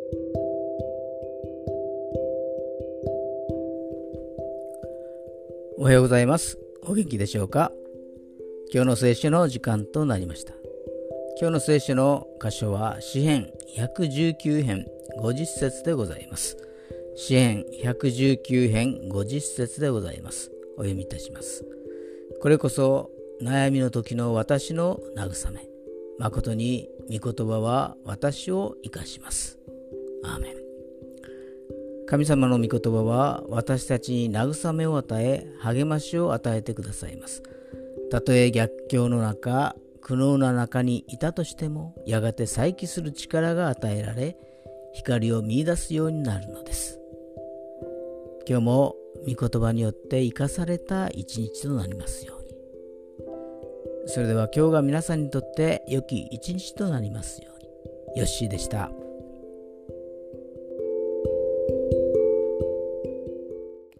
おはようございます。お元気でしょうか。今日の聖書の時間となりました。今日の聖書の箇所は詩編119編50節でございます。詩編119編50節でございます。お読みいたします。これこそ悩みの時の私の慰め、誠に御言葉は私を生かします。アーメン。神様の御言葉は私たちに慰めを与え、励ましを与えてくださいます。たとえ逆境の中、苦悩な中にいたとしても、やがて再起する力が与えられ、光を見出すようになるのです。今日も御言葉によって生かされた一日となりますように。それでは今日が皆さんにとって良き一日となりますように。ヨッシーでした。